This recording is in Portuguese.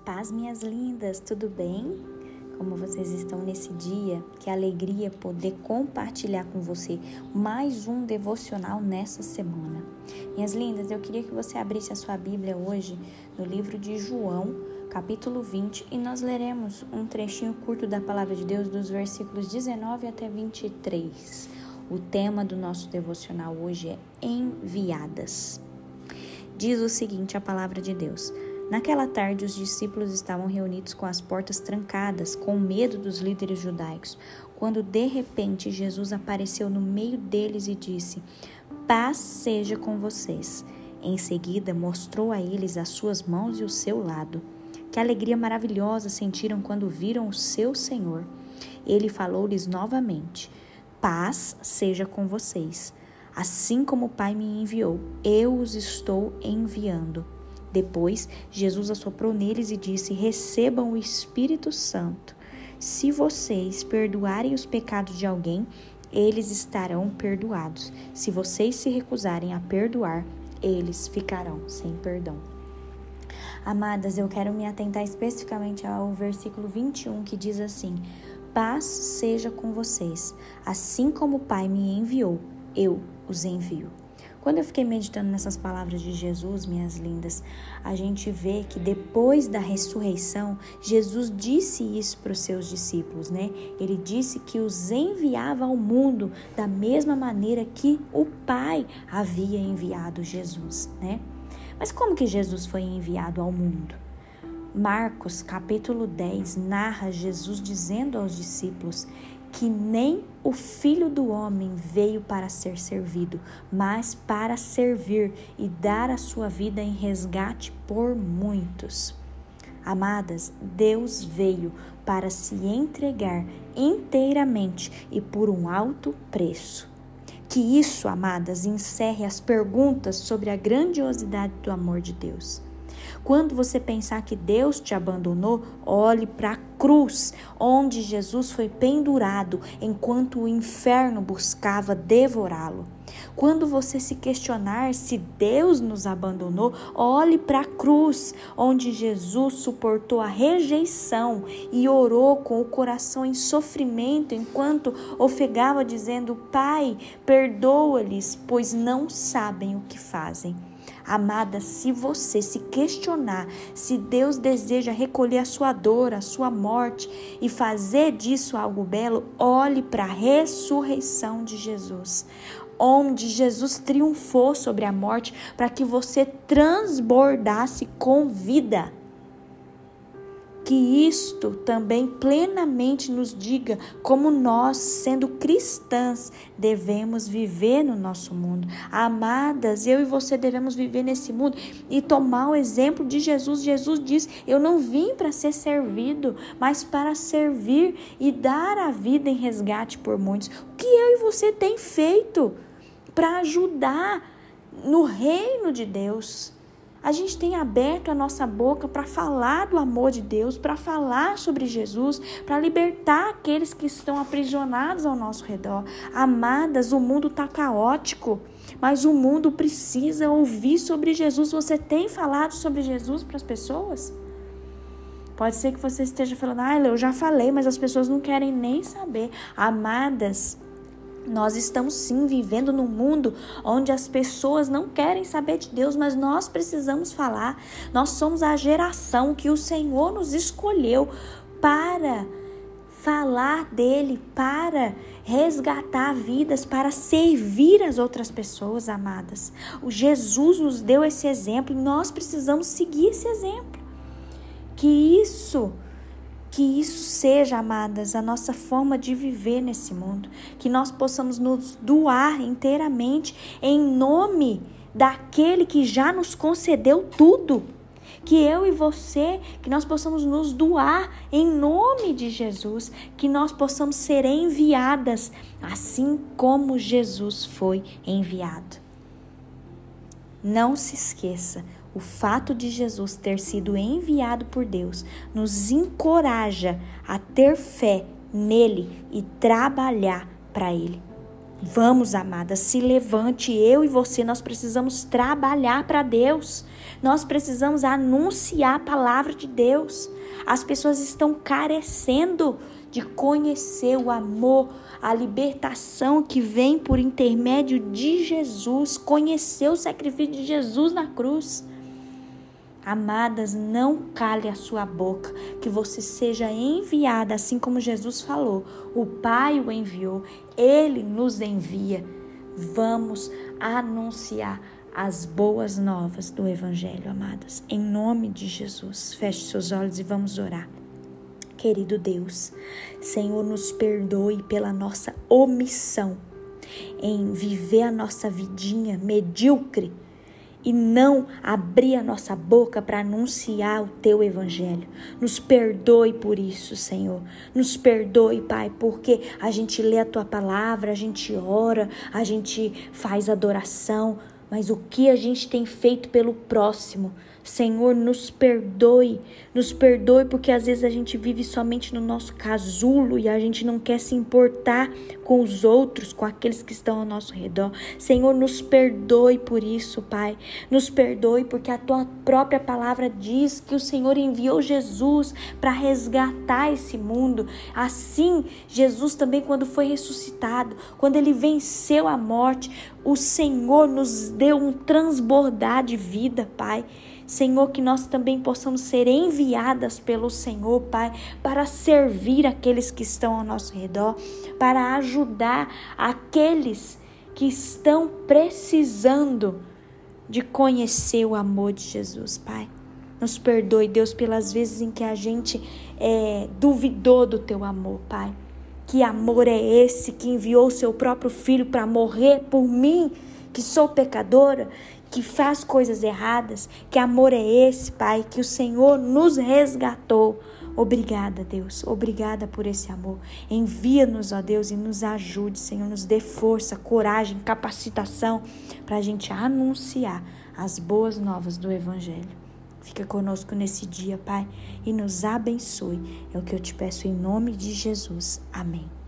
Paz, minhas lindas, tudo bem? Como vocês estão nesse dia? Que alegria poder compartilhar com você mais um devocional nessa semana. Minhas lindas, eu queria que você abrisse a sua Bíblia hoje no livro de João, capítulo 20, e nós leremos um trechinho curto da Palavra de Deus dos versículos 19 até 23. O tema do nosso devocional hoje é enviadas. Diz o seguinte a Palavra de Deus: Naquela tarde, os discípulos estavam reunidos com as portas trancadas, com medo dos líderes judaicos, quando de repente Jesus apareceu no meio deles e disse: Paz seja com vocês. Em seguida, mostrou a eles as suas mãos e o seu lado. Que alegria maravilhosa sentiram quando viram o seu Senhor. Ele falou-lhes novamente: Paz seja com vocês. Assim como o Pai me enviou, eu os estou enviando. Depois, Jesus assoprou neles e disse: Recebam o Espírito Santo. Se vocês perdoarem os pecados de alguém, eles estarão perdoados. Se vocês se recusarem a perdoar, eles ficarão sem perdão. Amadas, eu quero me atentar especificamente ao versículo 21, que diz assim: Paz seja com vocês. Assim como o Pai me enviou, eu os envio. Quando eu fiquei meditando nessas palavras de Jesus, minhas lindas, a gente vê que depois da ressurreição, Jesus disse isso para os seus discípulos, né? Ele disse que os enviava ao mundo da mesma maneira que o Pai havia enviado Jesus, né? Mas como que Jesus foi enviado ao mundo? Marcos, capítulo 10, narra Jesus dizendo aos discípulos que nem o Filho do Homem veio para ser servido, mas para servir e dar a sua vida em resgate por muitos. Amadas, Deus veio para se entregar inteiramente e por um alto preço. Que isso, amadas, encerre as perguntas sobre a grandiosidade do amor de Deus. Quando você pensar que Deus te abandonou, olhe para a cruz, onde Jesus foi pendurado enquanto o inferno buscava devorá-lo. Quando você se questionar se Deus nos abandonou, olhe para a cruz, onde Jesus suportou a rejeição e orou com o coração em sofrimento enquanto ofegava dizendo: Pai, perdoa-lhes, pois não sabem o que fazem. Amada, se você se questionar se Deus deseja recolher a sua dor, a sua morte e fazer disso algo belo, olhe para a ressurreição de Jesus, onde Jesus triunfou sobre a morte para que você transbordasse com vida. Que isto também plenamente nos diga como nós, sendo cristãs, devemos viver no nosso mundo. Amadas, eu e você devemos viver nesse mundo e tomar o exemplo de Jesus. Jesus diz: eu não vim para ser servido, mas para servir e dar a vida em resgate por muitos. O que eu e você tem feito para ajudar no reino de Deus? A gente tem aberto a nossa boca para falar do amor de Deus, para falar sobre Jesus, para libertar aqueles que estão aprisionados ao nosso redor. Amadas, o mundo está caótico, mas o mundo precisa ouvir sobre Jesus. Você tem falado sobre Jesus para as pessoas? Pode ser que você esteja falando: eu já falei, mas as pessoas não querem nem saber. Amadas, nós estamos sim vivendo num mundo onde as pessoas não querem saber de Deus, mas nós precisamos falar. Nós somos a geração que o Senhor nos escolheu para falar dele, para resgatar vidas, para servir as outras pessoas, amadas. O Jesus nos deu esse exemplo e nós precisamos seguir esse exemplo. Que isso seja, amadas, a nossa forma de viver nesse mundo. Que nós possamos nos doar inteiramente em nome daquele que já nos concedeu tudo. Que eu e você, que nós possamos nos doar em nome de Jesus. Que nós possamos ser enviadas assim como Jesus foi enviado. Não se esqueça. O fato de Jesus ter sido enviado por Deus nos encoraja a ter fé nele e trabalhar para ele. Vamos, amada, se levante, eu e você, nós precisamos trabalhar para Deus. Nós precisamos anunciar a palavra de Deus. As pessoas estão carecendo de conhecer o amor, a libertação que vem por intermédio de Jesus, conhecer o sacrifício de Jesus na cruz. Amadas, não cale a sua boca, que você seja enviada, assim como Jesus falou. O Pai o enviou, Ele nos envia. Vamos anunciar as boas novas do Evangelho, amadas. Em nome de Jesus, feche seus olhos e vamos orar. Querido Deus, Senhor, nos perdoe pela nossa omissão em viver a nossa vidinha medíocre e não abrir a nossa boca para anunciar o Teu Evangelho. Nos perdoe por isso, Senhor. Nos perdoe, Pai, porque a gente lê a Tua palavra, a gente ora, a gente faz adoração, mas o que a gente tem feito pelo próximo? Senhor, nos perdoe porque às vezes a gente vive somente no nosso casulo e a gente não quer se importar com os outros, com aqueles que estão ao nosso redor. Senhor, nos perdoe por isso, Pai. Nos perdoe porque a Tua própria palavra diz que o Senhor enviou Jesus para resgatar esse mundo. Assim, Jesus também, quando foi ressuscitado, quando Ele venceu a morte, o Senhor nos deu um transbordar de vida, Pai. Senhor, que nós também possamos ser enviadas pelo Senhor, Pai, para servir aqueles que estão ao nosso redor, para ajudar aqueles que estão precisando de conhecer o amor de Jesus, Pai. Nos perdoe, Deus, pelas vezes em que a gente duvidou do Teu amor, Pai. Que amor é esse que enviou o Seu próprio Filho para morrer por mim, que sou pecadora, que faz coisas erradas? Que amor é esse, Pai, que o Senhor nos resgatou? Obrigada, Deus, obrigada por esse amor. Envia-nos, ó Deus, e nos ajude, Senhor, nos dê força, coragem, capacitação para a gente anunciar as boas novas do Evangelho. Fica conosco nesse dia, Pai, e nos abençoe. É o que eu te peço em nome de Jesus. Amém.